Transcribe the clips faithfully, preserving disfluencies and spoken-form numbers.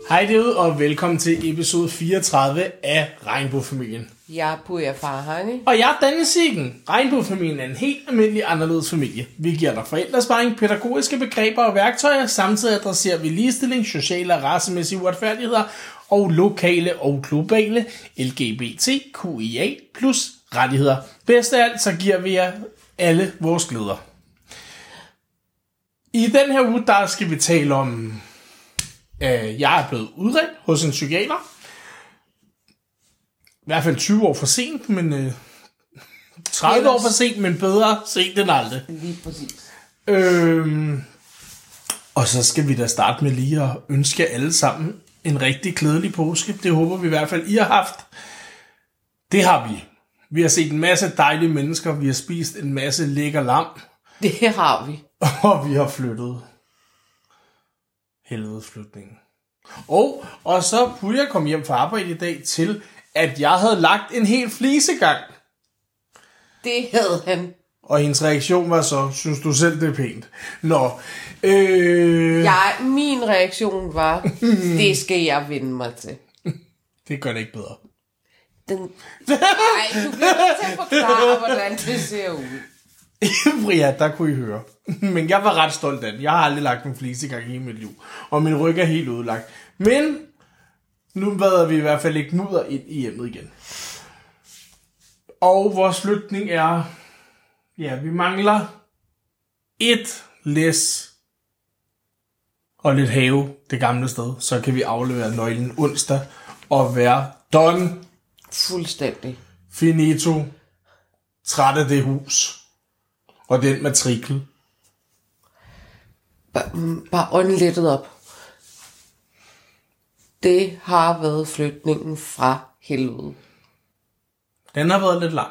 Hej derude, og velkommen til episode fireogtredive af Regnbuefamilien. Jeg er Puja Farhani. Og jeg er Daniel Siggen. Regnbuefamilien er en helt almindelig anderledes familie. Vi giver dig forældresparing, pædagogiske begreber og værktøjer. Samtidig adresserer vi ligestilling, sociale og racemæssige uretfærdigheder og lokale og globale L G B T Q I A plus rettigheder. Bedst af alt, så giver vi jer alle vores glæder. I den her uge, der skal vi tale om... Uh, jeg er blevet udredt hos en psykiater. I hvert fald tyve år for sent, men uh, tredive Ellers... år for sent, men bedre sent end aldrig. Lige præcis. Øhm, og så skal vi da starte med lige at ønske alle sammen en rigtig glædelig påske. Det håber vi i hvert fald, I har haft. Det har vi. Vi har set en masse dejlige mennesker. Vi har spist en masse lækker lam. Det har vi. Og vi har flyttet. Helvedesflytningen. Og, og så Puja kom hjem fra arbejde i dag til, at jeg havde lagt en hel flisegang. Det havde han. Og hendes reaktion var så, synes du selv, det er pænt? Nå. Øh... Jeg, min reaktion var, det skal jeg vende mig til. Det gør det ikke bedre. Den... Nej, du bliver nødt til at forklare, hvordan det ser ud. Ja, der kunne I høre. Men jeg var ret stolt af den. Jeg har aldrig lagt en flisegang i mit liv. Og min ryg er helt udlagt. Men nu vader vi i hvert fald ikke mudder ind i hjemmet igen. Og vores flytning er... Ja, vi mangler et læs og lidt have det gamle sted. Så kan vi aflevere nøglen onsdag og være done. Fuldstændig. Finito. Træt af det hus. Og den matrikel. Bare, bare ånd lettet op. Det har været flytningen fra helvede. Den har været lidt lang.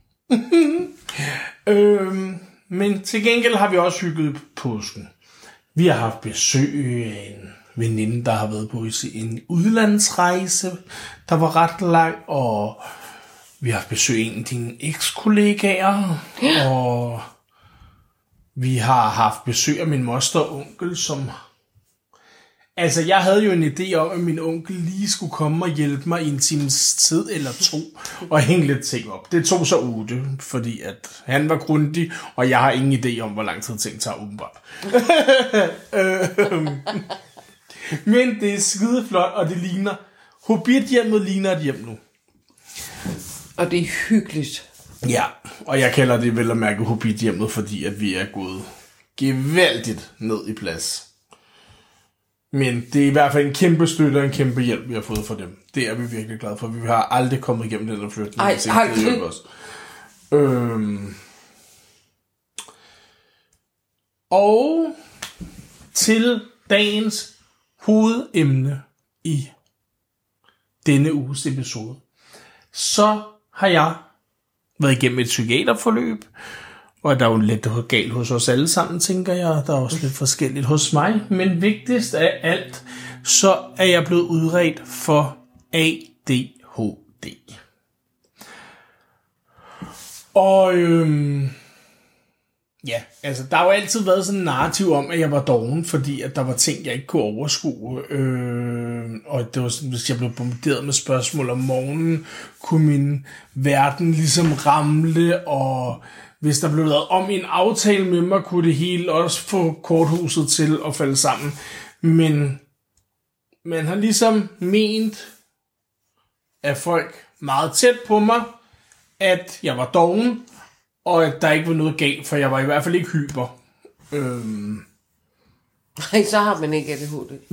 øhm, men til gengæld har vi også hygget påsken. Vi har haft besøg af en veninde, der har været på en udlandsrejse, der var ret lang, og vi har haft besøg af en af dine ekskollegaer, ja. Og vi har haft besøg af min moster og onkel, som... Altså, jeg havde jo en idé om, at min onkel lige skulle komme og hjælpe mig i en times tid eller to, og hænge lidt ting op. Det tog så otte, fordi at han var grundig, og jeg har ingen idé om, hvor lang tid ting tager åbenbart. Men det er skide flot, og det ligner... Hobbit-hjemmet ligner et hjem nu. Og det er hyggeligt. Ja, og jeg kalder det vel at mærke Hobbit-hjemmet, fordi at vi er gået gevaldigt ned i plads. Men det er i hvert fald en kæmpe støtte og en kæmpe hjælp, vi har fået fra dem. Det er vi virkelig glade for. Vi har aldrig kommet igennem den her flytning. Ej, aldrig. Øhm. Og til dagens hovedemne i denne uges episode, så har jeg været igennem et psykiaterforløb, og der er jo lidt galt hos os alle sammen, tænker jeg. Der er også lidt forskelligt hos mig. Men vigtigst af alt, så er jeg blevet udredt for A D H D. Og øhm, ja, altså der har jo altid været sådan en narrativ om, at jeg var doven, fordi at der var ting, jeg ikke kunne overskue. Øh, og det var sådan, hvis jeg blev bombarderet med spørgsmål om morgenen, kunne min verden ligesom ramle, og hvis der blev lavet om en aftale med mig, kunne det hele også få korthuset til at falde sammen. Men man har ligesom ment af folk meget tæt på mig, at jeg var doven, og at der ikke var noget galt, for jeg var i hvert fald ikke hyper. Øhm. Nej, så har man ikke A D H D.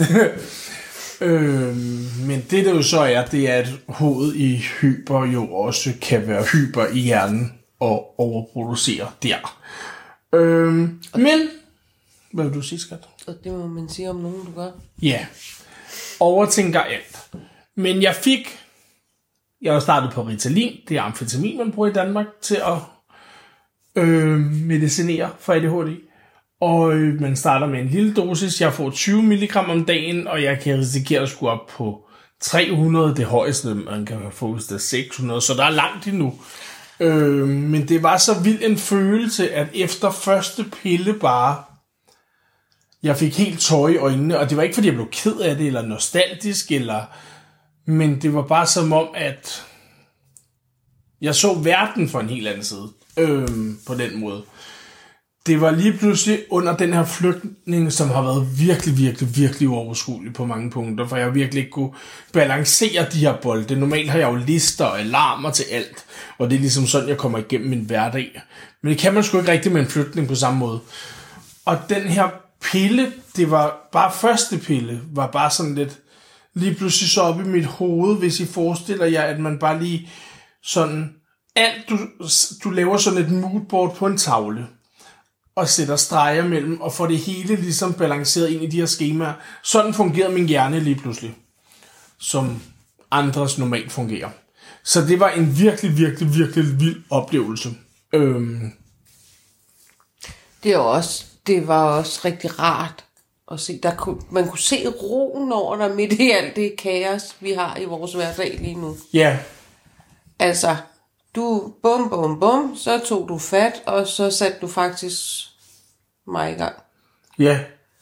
øhm, men det der jo så er, det er, at hovedet i hyper jo også kan være hyper i hjernen og overproducere der. Øhm, men, hvad vil du sige, skat? Og det må man sige om nogen, du gør. Ja, overtænker alt. Men jeg fik, jeg har startet på Ritalin, det er amfetamin, man bruger i Danmark til at øh, medicinere for A D H D. Og øh, man starter med en lille dosis, jeg får tyve milligram om dagen, og jeg kan risikere at skulle op på tre hundrede, det højeste, man kan få, hvis det er seks hundrede, så der er langt endnu. Øh, men det var så vild en følelse, at efter første pille bare, Jeg fik helt tårer i øjnene, og det var ikke, fordi jeg blev ked af det, eller nostalgisk, eller... Men det var bare som om, at jeg så verden fra en helt anden side, øhm, på den måde. Det var lige pludselig under den her flytning, som har været virkelig, virkelig, virkelig uoverskuelig på mange punkter, for jeg virkelig ikke kunne balancere de her bolde. Normalt har jeg jo lister og alarmer til alt, og det er ligesom sådan, jeg kommer igennem min hverdag. Men det kan man sgu ikke rigtig med en flytning på samme måde. Og den her pille, det var bare første pille, var bare sådan lidt lige pludselig så op i mit hoved, hvis I forestiller jer, at man bare lige sådan, alt du, du laver sådan et moodboard på en tavle, og sætter streger mellem, og får det hele ligesom balanceret ind i de her skemaer. Sådan fungerede min hjerne lige pludselig, som andres normalt fungerer. Så det var en virkelig, virkelig, virkelig vild oplevelse. Øhm. Det er også, det var også rigtig rart at se. Der kunne, man kunne se roen over der midt i alt det kaos, vi har i vores hverdag lige nu. Ja. Yeah. Altså, du bum, bum, bum, så tog du fat, og så satte du faktisk mig i gang. Ja.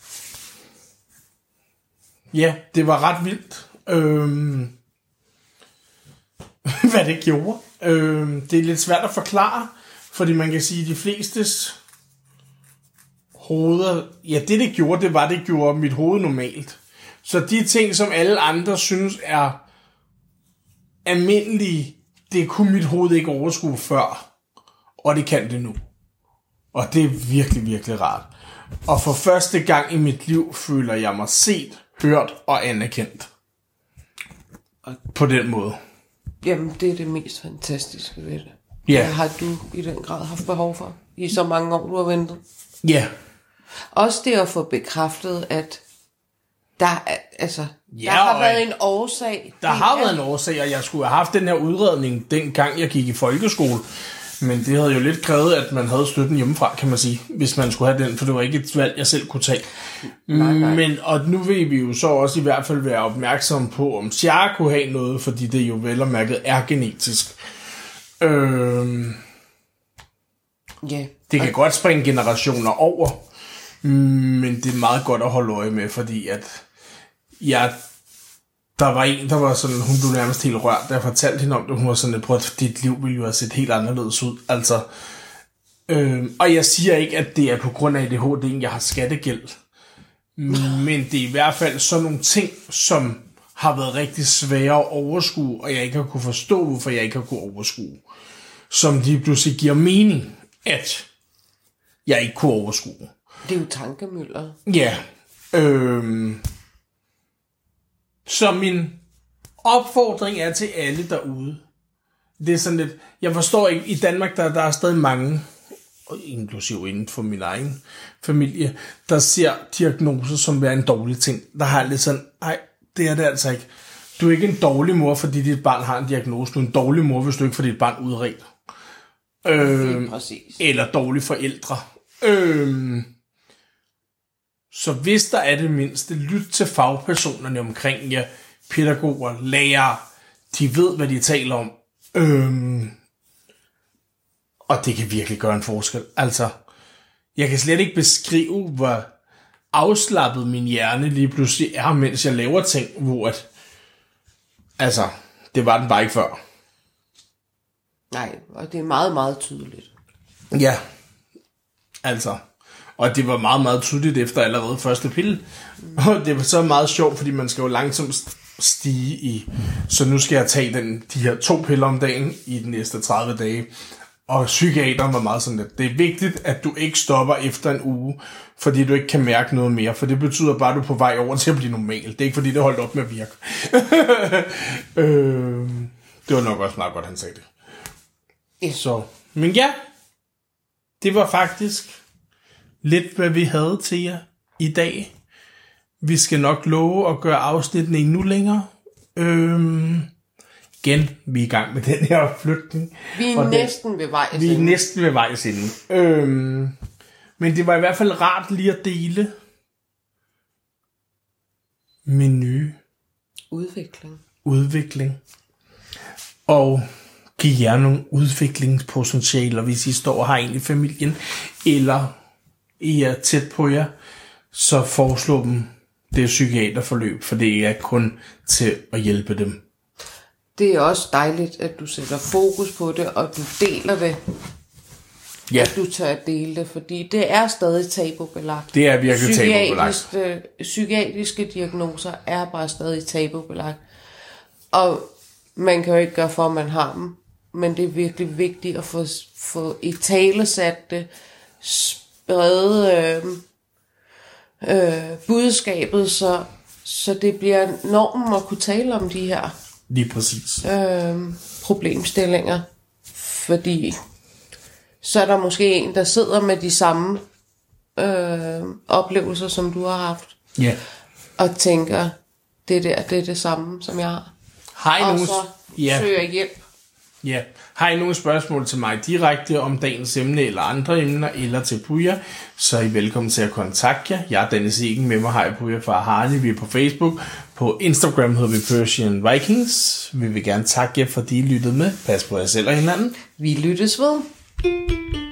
Ja, det var ret vildt. Øhm. Hvad det gjorde. Øhm. Det er lidt svært at forklare, fordi man kan sige, at de flestes hoveder, ja, det det gjorde, det var, det gjorde mit hoved normalt. Så de ting, som alle andre synes er almindelige, det kunne mit hoved ikke overskue før, og det kan det nu. Og det er virkelig, virkelig rart. Og for første gang i mit liv føler jeg mig set, hørt og anerkendt. På den måde. Jamen, det er det mest fantastiske ved det. Ja. Det har du i den grad haft behov for, i så mange år, du har ventet. Ja. Også det at få bekræftet, at der, altså, ja, der har været en årsag. Der har været en årsag, og jeg skulle have haft den her udredning, dengang jeg gik i folkeskole. Men det havde jo lidt krævet, at man havde støtten hjemmefra, kan man sige, hvis man skulle have den, for det var ikke et valg, jeg selv kunne tage. Nej, nej. Men, og nu vil vi jo så også i hvert fald være opmærksomme på, om jeg kunne have noget, fordi det jo vel og mærket er genetisk. Øhm, yeah. Det kan godt springe generationer over, men det er meget godt at holde øje med, fordi at jeg... Der var en, der var sådan, hun blev nærmest helt rørt, da jeg fortalte hende om det. Hun var sådan, prøv at dit liv ville jo have set helt anderledes ud. Altså, øh, og jeg siger ikke, at det er på grund af A D H D, jeg har skattegæld. Men det er i hvert fald sådan nogle ting, som har været rigtig svære at overskue, og jeg ikke har kunne forstå, hvorfor jeg ikke har kunne overskue. Som de pludselig giver mening, at jeg ikke kunne overskue. Det er jo tankemøller. Ja, øh... Så min opfordring er til alle derude. Det er sådan lidt, jeg forstår ikke, i Danmark, der, der er stadig mange, inklusive inden for min egen familie, der ser diagnoser som være en dårlig ting. Der har lidt sådan, nej, det er det altså ikke. Du er ikke en dårlig mor, fordi dit barn har en diagnose. Du er en dårlig mor, hvis du ikke får dit barn udredt. Øh, eller dårlige forældre. Øh, Så hvis der er det mindste, lyt til fagpersonerne omkring jer, pædagoger, lærere, de ved, hvad de taler om. Øhm, og det kan virkelig gøre en forskel. Altså, jeg kan slet ikke beskrive, hvor afslappet min hjerne lige pludselig er, mens jeg laver ting, hvor at, altså, det var den bare ikke før. Nej, og det er meget, meget tydeligt. Ja, altså... Og det var meget, meget tydeligt efter allerede første pille. Mm. Og det var så meget sjovt, fordi man skal jo langsomt stige i. Så nu skal jeg tage den, de her to piller om dagen i de næste tredive dage. Og psykiateren var meget sådan, at det er vigtigt, at du ikke stopper efter en uge, fordi du ikke kan mærke noget mere. For det betyder bare, at du er på vej over til at blive normal. Det er ikke fordi, det holdt op med at virke. øh, det var nok også meget godt, han sagde det. Yeah. Så, men ja, det var faktisk... lidt, hvad vi havde til jer i dag. Vi skal nok love at gøre afsnittene endnu længere. Øhm, igen, vi er i gang med den her flytning. Vi er næsten den, ved vejs Vi er næsten ved vejs ende. Øhm, men det var i hvert fald rart lige at dele min nye udvikling. udvikling. Og give jer nogle udviklingspotentialer, hvis I står og har en i familien, eller I er tæt på jer, så foreslå dem det psykiaterforløb, for det er kun til at hjælpe dem. Det er også dejligt, at du sætter fokus på det, og du deler det. Ja. At du tør at dele det, fordi det er stadig tabubelagt. Det er virkelig tabubelagt. Psykiatriske, psykiatriske diagnoser er bare stadig tabubelagt. Og man kan jo ikke gøre for, at man har dem, men det er virkelig vigtigt at få, få italesat det, sprede øh, øh, budskabet, så, så det bliver normen at kunne tale om de her Lige præcis. øh, problemstillinger. Fordi så er der måske en, der sidder med de samme øh, oplevelser, som du har haft. Ja. Yeah. Og tænker, det der, det er det samme, som jeg har. Har I og nogen... så ja. søger hjælp. Ja. Har I nogle spørgsmål til mig direkte om dagens emne eller andre emner, eller til Puja, så er I velkommen til at kontakte jer. Jeg er Dennis Egen, med mig har jeg Puja fra Harley. Vi er på Facebook. På Instagram hedder vi Persian Vikings. Vi vil gerne takke jer, fordi I lyttede med. Pas på jer selv og hinanden. Vi lyttes ved.